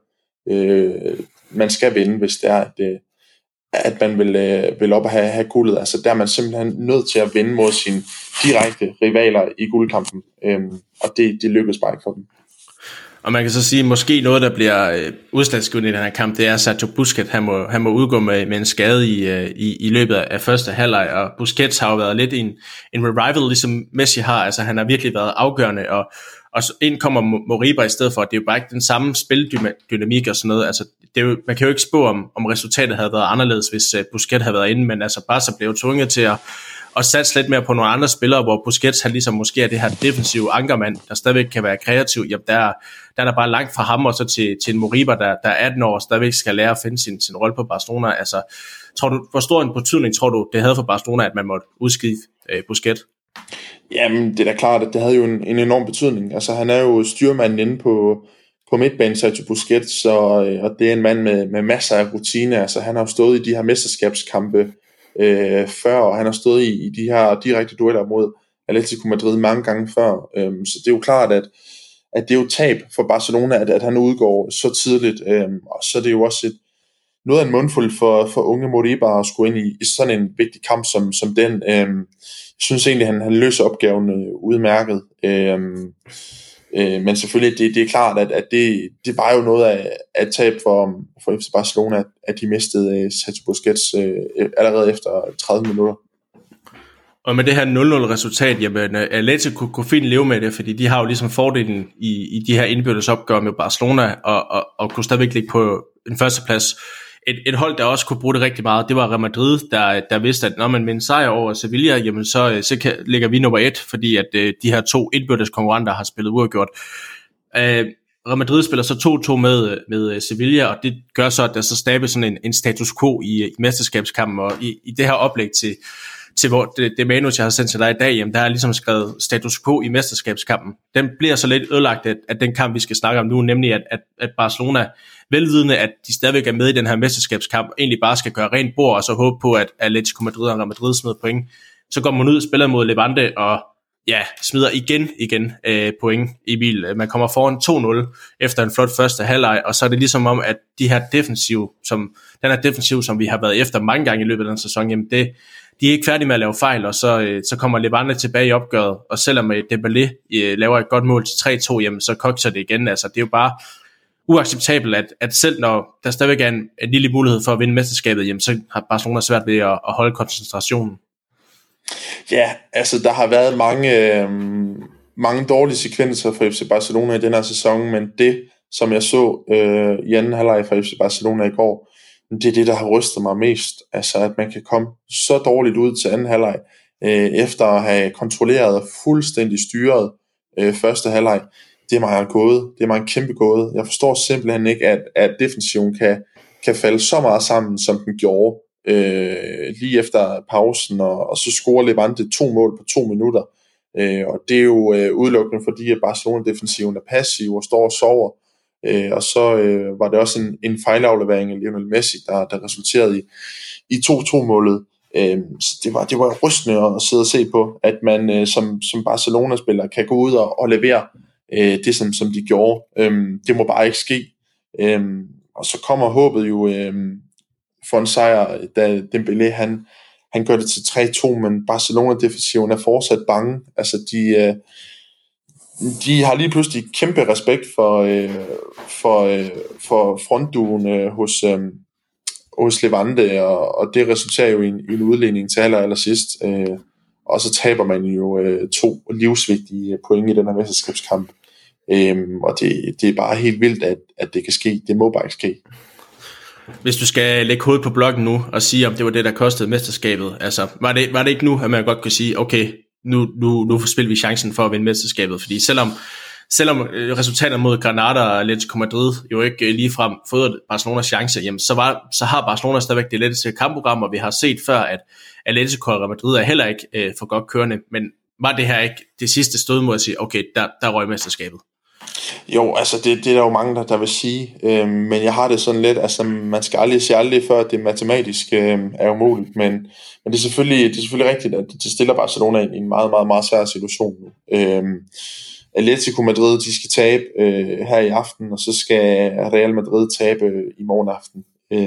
man skal vinde, hvis det er, at man vil op og have guldet. Altså der er man simpelthen nødt til at vinde mod sine direkte rivaler i guldkampen, og det lykkes bare ikke for dem. Og man kan så sige, måske noget, der bliver udslagsgivende i den her kamp, det er Sergio Busquets. Han må udgå med en skade i løbet af første halvleg, og Busquets har jo været lidt en revival, ligesom Messi har. Altså han har virkelig været afgørende, og så ind kommer Moriba i stedet for. Det er jo bare ikke den samme spildynamik og sådan noget. Altså, man kan jo ikke spå om resultatet havde været anderledes, hvis Busquets havde været inde, men altså bare så blev tvunget til at satse lidt mere på nogle andre spillere, hvor Busquets han ligesom måske er det her defensive ankermand, der stadigvæk kan være kreativ. Jamen der er bare langt fra ham og så til en Moriba, der er 18 år og stadigvæk skal lære at finde sin rolle på Barcelona. Altså, tror du, hvor stor en betydning tror du, det havde for Barcelona, at man måtte udskifte Busquets? Jamen, det er da klart, at det havde jo en enorm betydning. Altså, han er jo styrmanden inde på midtbanen, Sergio Busquets, og det er en mand med masser af rutine. Altså, han har jo stået i de her mesterskabskampe før, og han har stået i de her direkte dueller mod Atletico Madrid mange gange før. Så det er jo klart, at det er jo tab for Barcelona, at han udgår så tidligt, og så er det jo også noget af en mundfuld for unge Moriba at skulle ind i sådan en vigtig kamp som den. Jeg synes egentlig, han løser opgaven udmærket. Men selvfølgelig, det er klart, at det var jo noget af et tab for FC Barcelona, at de mistede Sergio Busquets allerede efter 30 minutter. Og med det her 0-0 resultat, jamen Atletico kunne fint leve med det, fordi de har jo ligesom fordelen i de her indbyrdes opgør med Barcelona, og kunne stadigvæk ligge på en førsteplads. Et hold, der også kunne bruge det rigtig meget, det var Real Madrid, der vidste, at når man med en sejr over Sevilla, jamen så ligger vi nummer 1, fordi at de her 2 indbyrdes konkurrenter har spillet uafgjort. Real Madrid spiller så 2-2 med Sevilla, og det gør så, at der så stabes sådan en status quo i mesterskabskampen, og i det her oplæg til hvor det manus, jeg har sendt til dig i dag, jamen der er ligesom skrevet status quo i mesterskabskampen. Den bliver så lidt ødelagt af den kamp, vi skal snakke om nu, nemlig at Barcelona, velvidende, at de stadigvæk er med i den her mesterskabskamp, egentlig bare skal gøre rent bord, og så håbe på, at Atletico Madrid og Real Madrid smider point. Så går man ud og spiller mod Levante, og ja, smider igen point i bil. Man kommer foran 2-0 efter en flot første halvleg, og så er det ligesom om, at den her defensiv, som vi har været efter mange gange i løbet af den sæson, jamen de er ikke færdige med at lave fejl, og så kommer Levante tilbage i opgøret, og selvom Dembélé laver et godt mål til 3-2, jamen så kokser det igen. Altså, det er jo bare uacceptabelt, at selv når der stadigvæk er en lille mulighed for at vinde mesterskabet, jamen så har Barcelona svært ved at holde koncentrationen. Ja, altså der har været mange dårlige sekvenser for FC Barcelona i den her sæson, men det, som jeg så i anden halvleg for FC Barcelona i går, det er det, der har rystet mig mest. Altså, at man kan komme så dårligt ud til anden halvleg, efter at have kontrolleret og fuldstændig styret første halvleg. Det er mig en gåde. Det er mig en kæmpe gåde. Jeg forstår simpelthen ikke, at defensiven kan falde så meget sammen, som den gjorde lige efter pausen, og så scorer Levante 2 mål på 2 minutter. Og det er jo udelukkende fordi, at Barcelona-defensiven er passiv og står og sover. Og så var det også en fejlaflevering af Lionel Messi, der resulterede i 2-2-målet. Så det var rystende at sidde og se på, at man som Barcelona-spiller kan gå ud og levere det, som de gjorde. Det må bare ikke ske. Og så kommer håbet jo for en sejr, da Dembélé han gør det til 3-2, men Barcelona-defensiven er fortsat bange. Altså de har lige pludselig kæmpe respekt for frontduen hos Levante, og det resulterer jo i en udledning til allersidst. Og så taber man jo 2 livsvigtige point i den her mesterskabskamp. Og det er bare helt vildt, at det kan ske. Det må bare ikke ske. Hvis du skal lægge hovedet på blokken nu og sige, om det var det, der kostede mesterskabet, altså var det ikke nu, at man godt kan sige, okay, nu spiller vi chancen for at vinde mesterskabet, fordi selvom resultaterne mod Granada og Atletico Madrid jo ikke ligefrem fået Barcelonas chance, jamen så har Barcelona stadigvæk det letteste kampprogram, og vi har set før, at Atletico og Real Madrid er heller ikke for godt kørende, men var det her ikke det sidste stød mod at sige, okay, der røg mesterskabet? Jo, altså det er der jo mange, der vil sige, men jeg har det sådan lidt, altså man skal aldrig sige aldrig før, at det matematisk er umuligt, men det er selvfølgelig rigtigt, at det stiller Barcelona i en meget, meget, meget svær situation nu. Atletico Madrid, de skal tabe her i aften, og så skal Real Madrid tabe i morgen aften.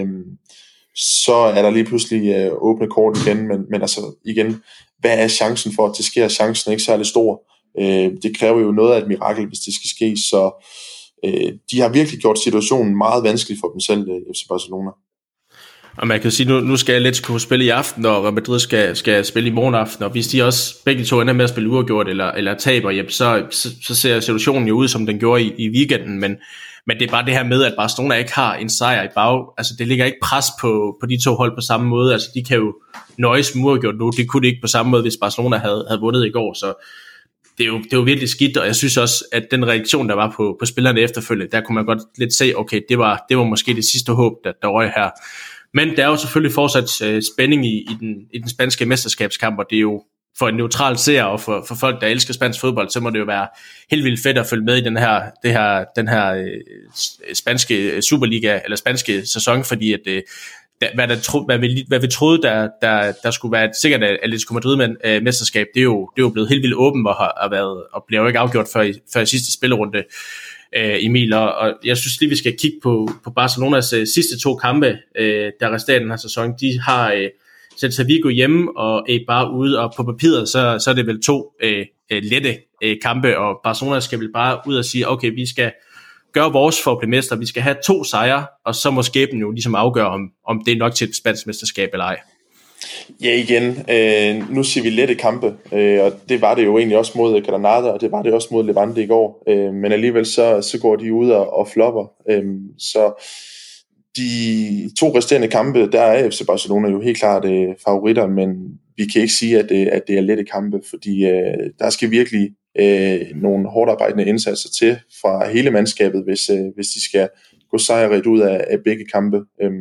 Så er der lige pludselig åbne kort igen, men altså igen, hvad er chancen for, at det sker? Chancen er ikke særlig stor. Det kræver jo noget af et mirakel, hvis det skal ske, så de har virkelig gjort situationen meget vanskelig for dem selv, FC Barcelona. Og man kan sige, nu skal Atletico spille i aften, og Real Madrid skal spille i morgen aften, og hvis de også begge to ender med at spille uafgjort eller taber, jamen, så ser situationen jo ud, som den gjorde i weekenden, men det er bare det her med, at Barcelona ikke har en sejr i bag, altså det ligger ikke pres på de to hold på samme måde, altså de kan jo nøjes med uafgjort nu, det kunne de ikke på samme måde, hvis Barcelona havde vundet i går, så det er jo virkelig skidt, og jeg synes også, at den reaktion, der var på spillerne efterfølgende, der kunne man godt lidt se, okay, det var måske det sidste håb, der røg her. Men der er jo selvfølgelig fortsat spænding i den spanske mesterskabskamp, og det er jo for en neutral seer, og for folk, der elsker spansk fodbold, så må det jo være helt vildt fedt at følge med i den her spanske Superliga, eller spanske sæson, fordi at hvad vi troede, der skulle være et sikkert Atletico Madrid-mesterskab, det er jo blevet helt vildt åbent og bliver jo ikke afgjort før i sidste spillerunde, Emil. Og jeg synes lige, vi skal kigge på Barcelonas sidste 2 kampe, der resterer den her sæson. De har Celta Vigo hjemme og bare ude, og på papiret, så er det vel 2 lette kampe, og Barcelona skal vel bare ud og sige, okay, vi skal gøre vores for at blive mester, vi skal have 2 sejre, og så må skæbnen jo ligesom afgøre, om det er nok til et spansk mesterskab eller ej. Ja, igen, nu siger vi lette kampe, og det var det jo egentlig også mod Granada, og det var det også mod Levante i går, men alligevel så går de ud og flopper, så de 2 resterende kampe, der er FC Barcelona jo helt klart favoritter, men vi kan ikke sige, at det er lette kampe, fordi der skal virkelig nogle hårdt arbejdende indsatser til fra hele mandskabet, hvis de skal gå sejrigt ud af begge kampe.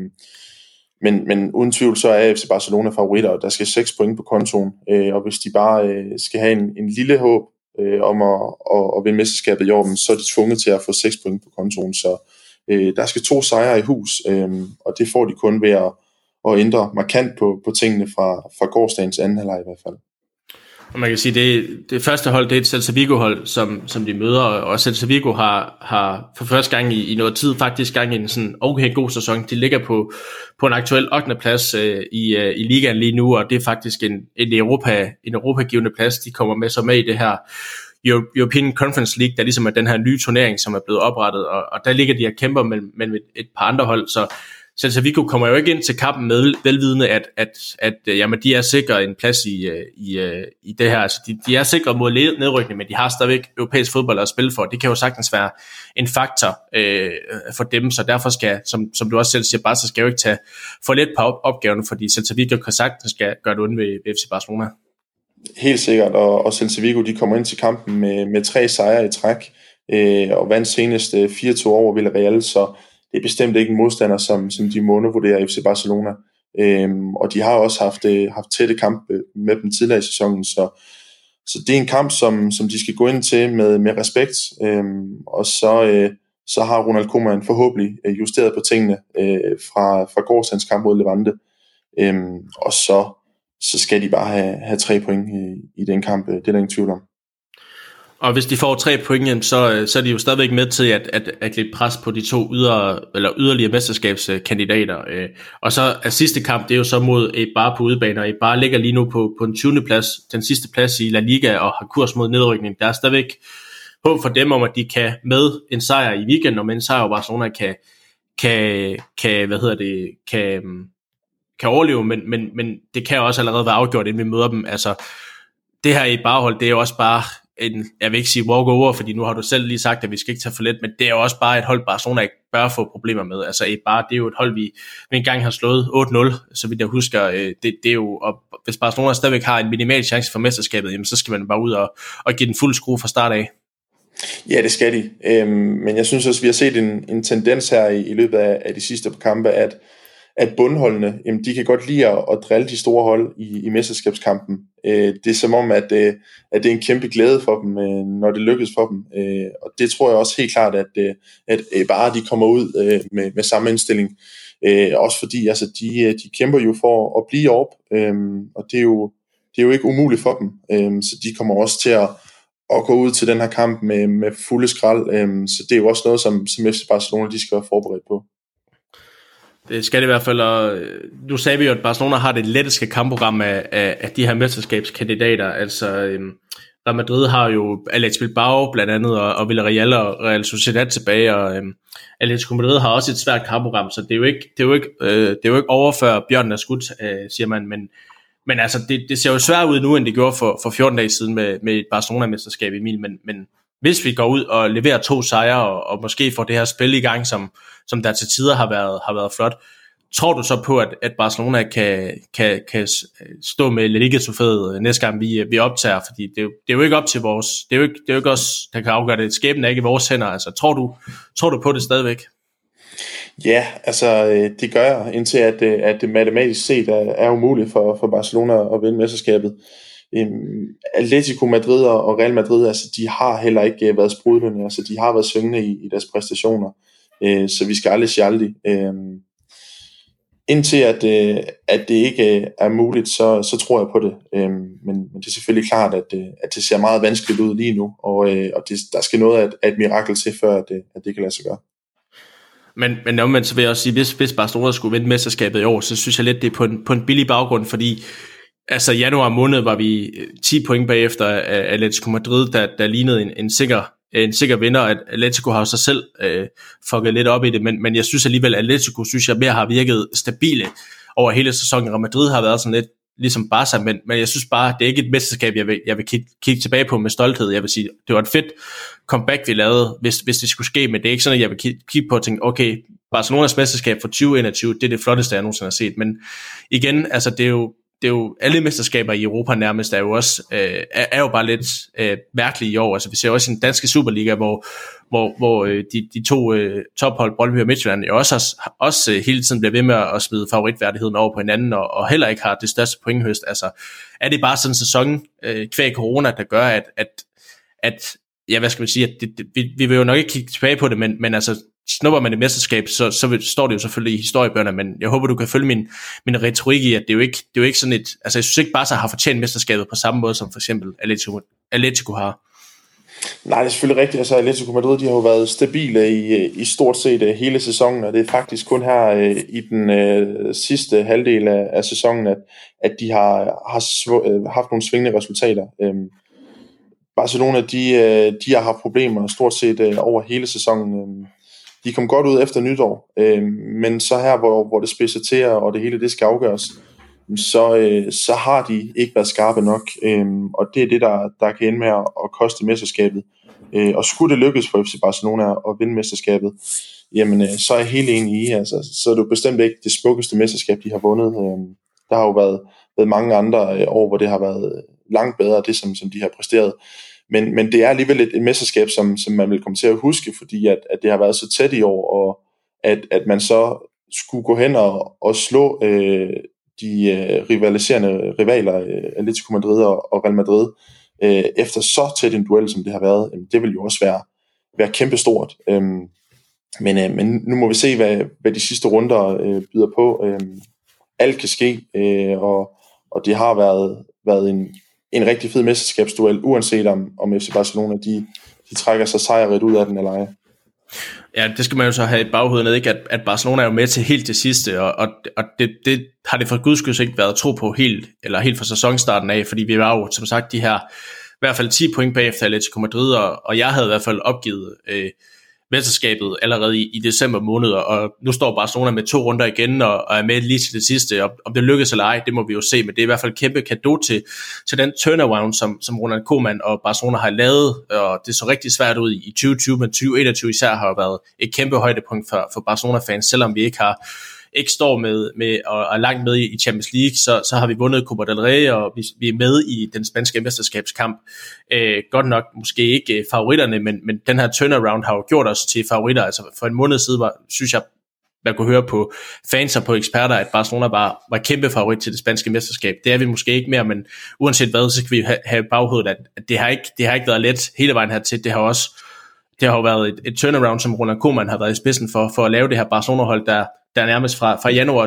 Men uden tvivl, så er FC Barcelona favoritter, og der skal 6 point på kontoen, og hvis de bare skal have en lille håb om at vinde mesterskabet i år, så er de tvunget til at få 6 point på kontoen, så der skal 2 sejre i hus, og det får de kun ved at ændre markant på tingene fra gårsdagens anden halvleg i hvert fald. Og man kan sige, det første hold, det er et Celta Vigo-hold, som de møder, og Celta Vigo har for første gang i noget tid faktisk gang i en sådan okay god sæson. De ligger på en aktuel 8. plads i ligaen lige nu, og det er faktisk en europagivende plads, de kommer med i det her European Conference League, der ligesom er den her nye turnering, som er blevet oprettet, og der ligger de og kæmper mellem et par andre hold, så Celta Vigo kommer jo ikke ind til kampen med velvidende, at jamen, de er sikret en plads i det her. Altså, de er sikret mod nedrykning, men de har stadigvæk europæisk fodbold at spille for. Det kan jo sagtens være en faktor for dem, så derfor skal, som du også selv siger, Barca skal jo ikke tage for let på opgaven, fordi Celta Vigo kan sagtens skal gøre det ondt ved FC Barcelona. Helt sikkert, og Celta Vigo, de kommer ind til kampen med 3 sejre i træk, og vandt senest 4-2 over Villarreal, så det er bestemt ikke en modstander, som de må undervurdere FC Barcelona. Og de har også haft tætte kampe med dem tidligere i sæsonen, så det er en kamp, som de skal gå ind til med respekt. Og så har Ronald Koeman forhåbentlig justeret på tingene fra gårsdagens kamp mod Levante. Og så skal de bare have 3 point i den kamp. Det er der ingen tvivl om. Og hvis de får 3 point, så er de jo stadigvæk med til at lægge pres på de 2 yderligere mesterskabskandidater. Og så er sidste kamp, det er jo så mod Eibar på udebane, og Eibar ligger lige nu på en 20. plads, den sidste plads i La Liga, og har kurs mod nedrykning. Der er stadigvæk håb for dem om, at de kan med en sejr i weekenden, og med en sejr, Barcelona kan overleve, men det kan også allerede være afgjort, inden vi møder dem. Altså, det her Eibar-hold, det er jo også bare jeg vil ikke sige walk-over, fordi nu har du selv lige sagt, at vi skal ikke tage for let, men det er jo også bare et hold, Barcelona ikke bør få problemer med. Altså Eibar, det er jo et hold, vi engang har slået 8-0, så vidt jeg husker. Det er jo, og hvis Barcelona stadigvæk har en minimal chance for mesterskabet, jamen, så skal man bare ud og give den fuld skrue fra start af. Ja, det skal de. Men jeg synes også, vi har set en tendens her i løbet af de sidste kampe, at bundholdene, jamen, de kan godt lide at drille de store hold i mesterskabskampen. Det er som om, at det er en kæmpe glæde for dem, når det lykkes for dem. Og det tror jeg også helt klart, at bare de kommer ud med samme indstilling. Også fordi altså, de kæmper jo for at blive op, og det er jo ikke umuligt for dem. Så de kommer også til at gå ud til den her kamp med fulde skrald. Så det er jo også noget, som FC Barcelona de skal være forberedt på. Det skal det i hvert fald, og nu sagde vi jo, at Barcelona har det letteste kampprogram af de her mesterskabskandidater. Altså Real Madrid har jo Athletic Bilbao blandt andet, og Villarreal og Real Sociedad tilbage, og Atletico Madrid har også et svært kampprogram, så det er jo ikke overfør bjørnen er skudt, siger man, men altså det ser jo svært ud nu, end det gjorde for 14 dage siden med et Barcelona-mesterskab, Emil, men hvis vi går ud og leverer 2 sejre, og måske får det her spil i gang, som der til tider har været flot, tror du så på, at Barcelona kan stå med La Liga-trofæet næste gang vi optager? Fordi det er jo ikke op til vores, det er jo ikke os, der kan afgøre det. Skæbnen er ikke i vores hænder. Altså, tror du på det stadigvæk? Ja, altså det gør jeg, indtil at det matematisk set er umuligt for Barcelona at vinde mesterskabet. Atletico Madrid og Real Madrid, altså de har heller ikke været sprudlende, altså de har været svingende i deres præstationer, så vi skal aldrig sige aldrig. indtil at det ikke er muligt, så tror jeg på det. Men det er selvfølgelig klart, at det ser meget vanskeligt ud lige nu, og der skal noget af et mirakel til, før at det kan lade sig gøre. Men omvendt så vil jeg også sige, hvis Barcelona skulle vinde mesterskabet i år, så synes jeg lidt, det er på en billig baggrund, fordi altså januar måned var vi 10 point bagefter af Atletico Madrid, der lignede en sikker vinder, at Atletico har jo sig selv fucket lidt op i det, men jeg synes alligevel, at Atletico mere har virket stabile over hele sæsonen. Real Madrid har været sådan lidt ligesom Barca, men jeg synes bare, det er ikke et mesterskab, jeg vil kigge tilbage på med stolthed. Jeg vil sige, det var et fedt comeback, vi lavede, hvis det skulle ske, men det er ikke sådan, at jeg vil kigge på og tænke, okay, Barcelonas mesterskab for 2021, det er det flotteste, jeg nogensinde har set. Men igen, altså det er jo alle mesterskaber i Europa nærmest er jo bare lidt mærkelige i år. Altså vi ser også i den danske Superliga, hvor de to tophold, Brøndby og Midtjylland, jo også hele tiden bliver ved med at smide favoritværdigheden over på hinanden, og heller ikke har det største pointhøst. Altså er det bare sådan en sæson kvæg corona, der gør, at ja, hvad skal man sige, at vi vil jo nok ikke kigge tilbage på det, men altså snupper man et mesterskab, så står det jo selvfølgelig i historiebøgerne, men jeg håber, du kan følge min retorik i, at det er jo ikke sådan et, altså jeg synes ikke bare, så har fortjent mesterskabet på samme måde, som for eksempel Atletico har. Nej, det er selvfølgelig rigtigt. Altså Atletico Madrid, de har jo været stabile i stort set hele sæsonen, og det er faktisk kun her i den sidste halvdel af sæsonen, at de har haft nogle svingende resultater. Barcelona, de har haft problemer stort set over hele sæsonen. De kom godt ud efter nytår, men så her, hvor det spidser til, og det hele det skal afgøres, så har de ikke været skarpe nok, og det er det, der kan ende med at koste mesterskabet. Og skulle det lykkes for FC Barcelona at vinde mesterskabet, jamen så er jeg helt enig i, altså, så er det jo bestemt ikke det smukkeste mesterskab, de har vundet. Der har jo været mange andre år, hvor det har været langt bedre, det som de har præsteret. Men det er alligevel et mesterskab, som man vil komme til at huske, fordi at det har været så tæt i år, og at man så skulle gå hen og slå de rivaliserende rivaler, Atletico Madrid og Real Madrid, efter så tæt en duel, som det har været, det vil jo også være kæmpestort. Men nu må vi se, hvad de sidste runder byder på. Alt kan ske, og det har været en rigtig fed mesterskabsduel, uanset om FC Barcelona de trækker sig sejrigt ud af den eller ej. Ja, det skal man jo så have i baghovedet, ikke? At Barcelona er jo med til helt det sidste, og det har det for guds skyld ikke været tro på helt fra sæsonstarten af, fordi vi var jo som sagt de her i hvert fald 10 point bagefter Atletico Madrid, og jeg havde i hvert fald opgivet mesterskabet allerede i december måned, og nu står Barcelona med 2 runder igen, og er med lige til det sidste. Om det lykkes eller ej, det må vi jo se, men det er i hvert fald kæmpe cadeau til den turnaround, som Ronald Koeman og Barcelona har lavet, og det så rigtig svært ud i 2020, men 2021 især har jo været et kæmpe højdepunkt for Barcelona-fans, selvom vi ikke står med og er langt med i Champions League, så har vi vundet Copa del Rey, og vi er med i den spanske mesterskabskamp. Godt nok måske ikke favoritterne, men den her turnaround har jo gjort os til favoritter. Altså for en måned siden synes jeg, man kunne høre på fans og på eksperter, at Barcelona var kæmpe favorit til det spanske mesterskab. Det er vi måske ikke mere, men uanset hvad, så skal vi have baghovedet, at det har ikke været let hele vejen hertil. Det har jo været et turnaround, som Ronald Koeman har været i spidsen for at lave det her Barcelona-hold, der nærmest fra januar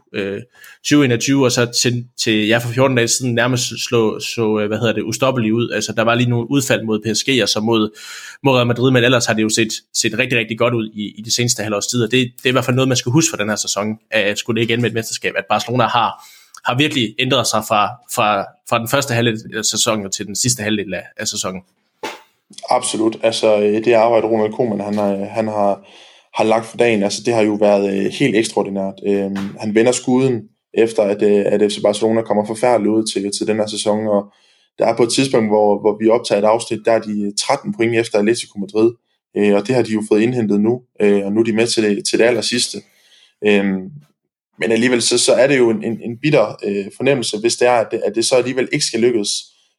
2021 og så til for 14 dage siden nærmest så ustoppeligt ud. Altså der var lige nogle udfald mod PSG og så mod Real Madrid, men ellers har det jo set rigtig, rigtig godt ud i de seneste halvårs tid, og det er i hvert fald noget, man skal huske for den her sæson, at skulle det ikke ende med et mesterskab, at Barcelona har virkelig ændret sig fra den første halvdel af sæsonen til den sidste halvdel af sæsonen. Absolut. Altså det arbejde, Ronald Koeman han har lagt for dagen, altså det har jo været helt ekstraordinært. Han vender skuden efter, at FC Barcelona kommer forfærdeligt ud til den her sæson, og der er på et tidspunkt, hvor vi optager et afsnit, der er de 13 point efter Atletico Madrid, og det har de jo fået indhentet nu, og nu er de med til det aller sidste. Men alligevel så er det jo en bitter fornemmelse, hvis det er, at det så alligevel ikke skal lykkes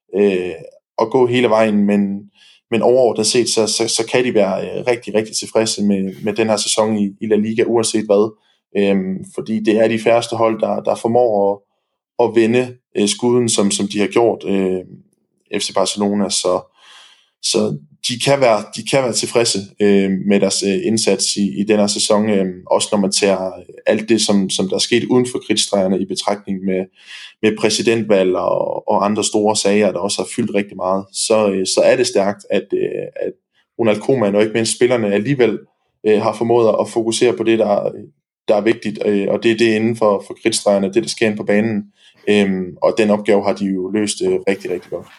at gå hele vejen, men overordnet set, så kan de være rigtig, rigtig tilfredse med den her sæson i La Liga, uanset hvad. Fordi det er de færreste hold, der formår at vende skuden, som de har gjort FC Barcelona. Så så de kan være tilfredse med deres indsats i den her sæson, også når man tager alt det, som der er sket uden for kridtstregerne i betragtning med præsidentvalg og andre store sager, der også har fyldt rigtig meget, så er det stærkt, at Ronald Koeman og ikke mindst spillerne alligevel har formået at fokusere på det, der er vigtigt, og det er det inden for kridtstregerne, det der sker inde på banen, og den opgave har de jo løst rigtig, rigtig godt.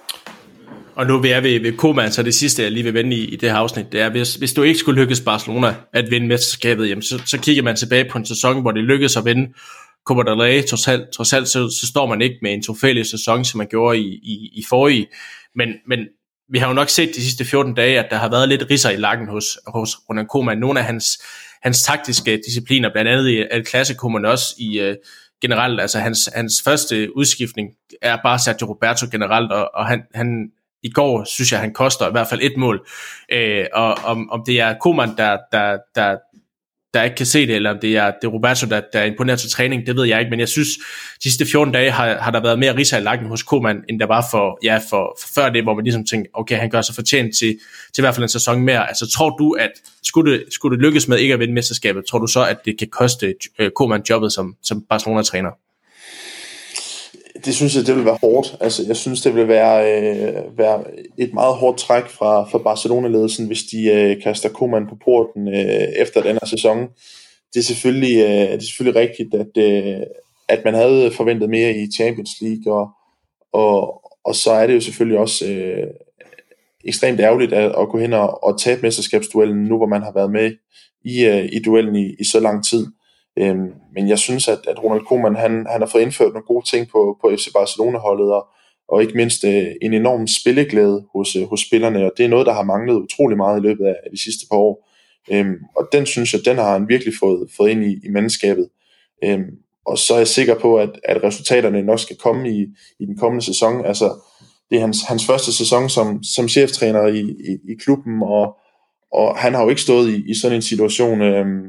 Og nu vil jeg ved Koeman, så det sidste, jeg lige vil vende i det her afsnit, det er, hvis du ikke skulle lykkes Barcelona at vinde mesterskabet, jamen, så kigger man tilbage på en sæson, hvor det lykkedes at vinde Copa del Rey. Trods alt så står man ikke med en trofælig sæson, som man gjorde i forrige. Men vi har jo nok set de sidste 14 dage, at der har været lidt ridser i lakken hos Ronald Koeman. Nogle af hans taktiske discipliner, blandt andet i El Clasico, men også i generelt, altså hans første udskiftning er bare Sergio Roberto generelt, og han i går, synes jeg, han koster i hvert fald et mål. Og om det er Koeman, der ikke kan se det, eller om det er Roberto, der er imponeret til træning, det ved jeg ikke, men jeg synes, de sidste 14 dage har der været mere ridser i lakken hos Koeman, end der var for før det, hvor man ligesom tænkte, okay, han gør sig fortjent til i hvert fald en sæson mere. Altså, tror du, at skulle det lykkes med ikke at vinde mesterskabet, tror du så, at det kan koste Koeman jobbet som Barcelona-træner? Det synes jeg, det vil være hårdt. Altså, jeg synes, det vil være et meget hårdt træk fra Barcelona-ledelsen, hvis de kaster Koeman på porten efter den her sæson. Det er selvfølgelig rigtigt, at man havde forventet mere i Champions League, og så er det jo selvfølgelig også ekstremt ærgerligt at gå hen og tabe mesterskabsduellen, nu hvor man har været med i duellen i så lang tid. Men jeg synes, at Ronald Koeman han har fået indført nogle gode ting på FC Barcelona-holdet, og ikke mindst en enorm spilleglæde hos spillerne, og det er noget, der har manglet utrolig meget i løbet af de sidste par år. Og den synes jeg, den har han virkelig fået ind i mandskabet. Og så er jeg sikker på, at resultaterne nok skal komme i den kommende sæson. Altså, det er hans første sæson som cheftræner i klubben, og han har jo ikke stået i sådan en situation.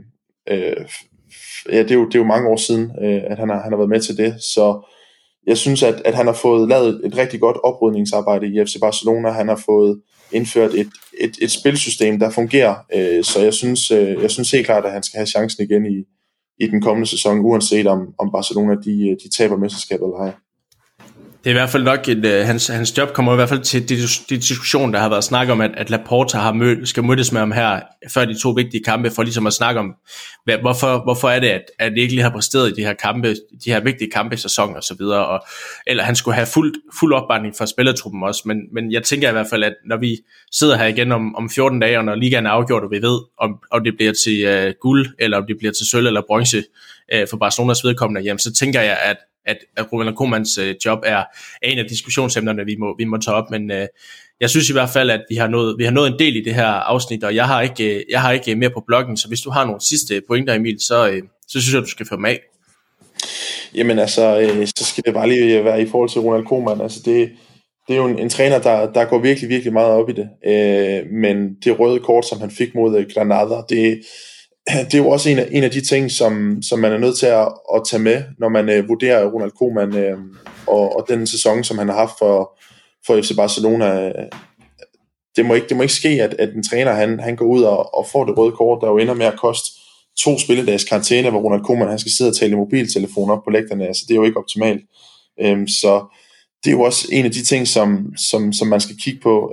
Det er jo mange år siden, at han har været med til det, så jeg synes, at han har fået lavet et rigtig godt oprydningsarbejde i FC Barcelona. Han har fået indført et spilsystem, der fungerer, så jeg synes helt klart, at han skal have chancen igen i den kommende sæson, uanset om Barcelona de taber mesterskabet eller ej. Det er i hvert fald nok hans job kommer i hvert fald til de diskussioner, der har været snak om, at Laporta skal mødes med ham her før de to vigtige kampe, for ligesom at snakke om, hvorfor er det, at det ikke lige har præsteret i de her kampe, de her vigtige kampe i sæsonen og så videre, eller han skulle have fuld opbakning fra spillertruppen også, men jeg tænker i hvert fald, at når vi sidder her igen om 14 dage, og når ligaen er afgjort, og vi ved, om det bliver til guld, eller om det bliver til sølv eller bronze for Barcelonas vedkommende, jamen så tænker jeg, at Ronald Koemans job er en af diskussionsemnerne, vi må tage op, men jeg synes i hvert fald, at vi har nået en del i det her afsnit, og jeg har ikke mere på bloggen, så hvis du har nogle sidste pointer, Emil, så synes jeg, du skal få dem af. Jamen altså, så skal det bare lige være i forhold til Ronald Koeman. Altså det er jo en træner, der går virkelig, virkelig meget op i det, men det røde kort, som han fik mod Granada, det er jo også en af de ting, som man er nødt til at tage med, når man vurderer Ronald Koeman og den sæson, som han har haft for FC Barcelona. Det må ikke ske, at en træner han går ud og får det røde kort, der jo ender med at koste 2 spilledags karantæne, hvor Ronald Koeman han skal sidde og tale i mobiltelefon op på lægterne. Altså, det er jo ikke optimalt. Så det er jo også en af de ting, som man skal kigge på.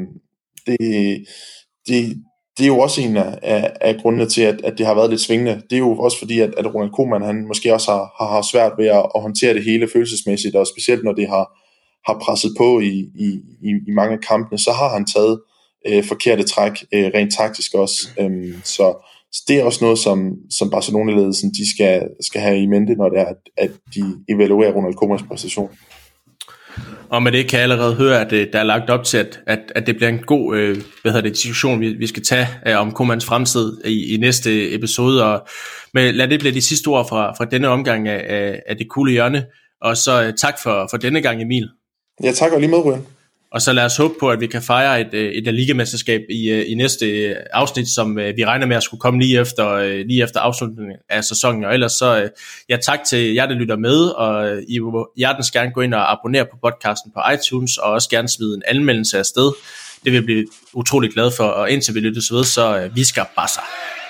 Det er jo også en af grundene til, at det har været lidt svingende. Det er jo også fordi, at Ronald Koeman han måske også har svært ved at håndtere det hele følelsesmæssigt, og specielt når det har presset på i mange af kampene, så har han taget forkerte træk, rent taktisk også. Så det er også noget, som Barcelona-ledelsen de skal have i mente, når det er, at de evaluerer Ronald Koemans præstation. Og med det kan jeg allerede høre, at der er lagt op til, at det bliver en god diskussion, vi skal tage om Koemans fremtid i næste episode. Men lad det blive de sidste ord fra denne omgang af det coole hjørne. Og så tak for denne gang, Emil. Ja, tak og lige med, Ryan. Og så lad os håbe på, at vi kan fejre et ligamesterskab i næste afsnit, som vi regner med at skulle komme lige efter afslutningen af sæsonen. Og ellers så, tak til jer, der lytter med, og I må hjertens gerne gå ind og abonnere på podcasten på iTunes, og også gerne smide en anmeldelse afsted. Det vil jeg blive utrolig glad for, og indtil vi lyttes ved, så vi skal Barca.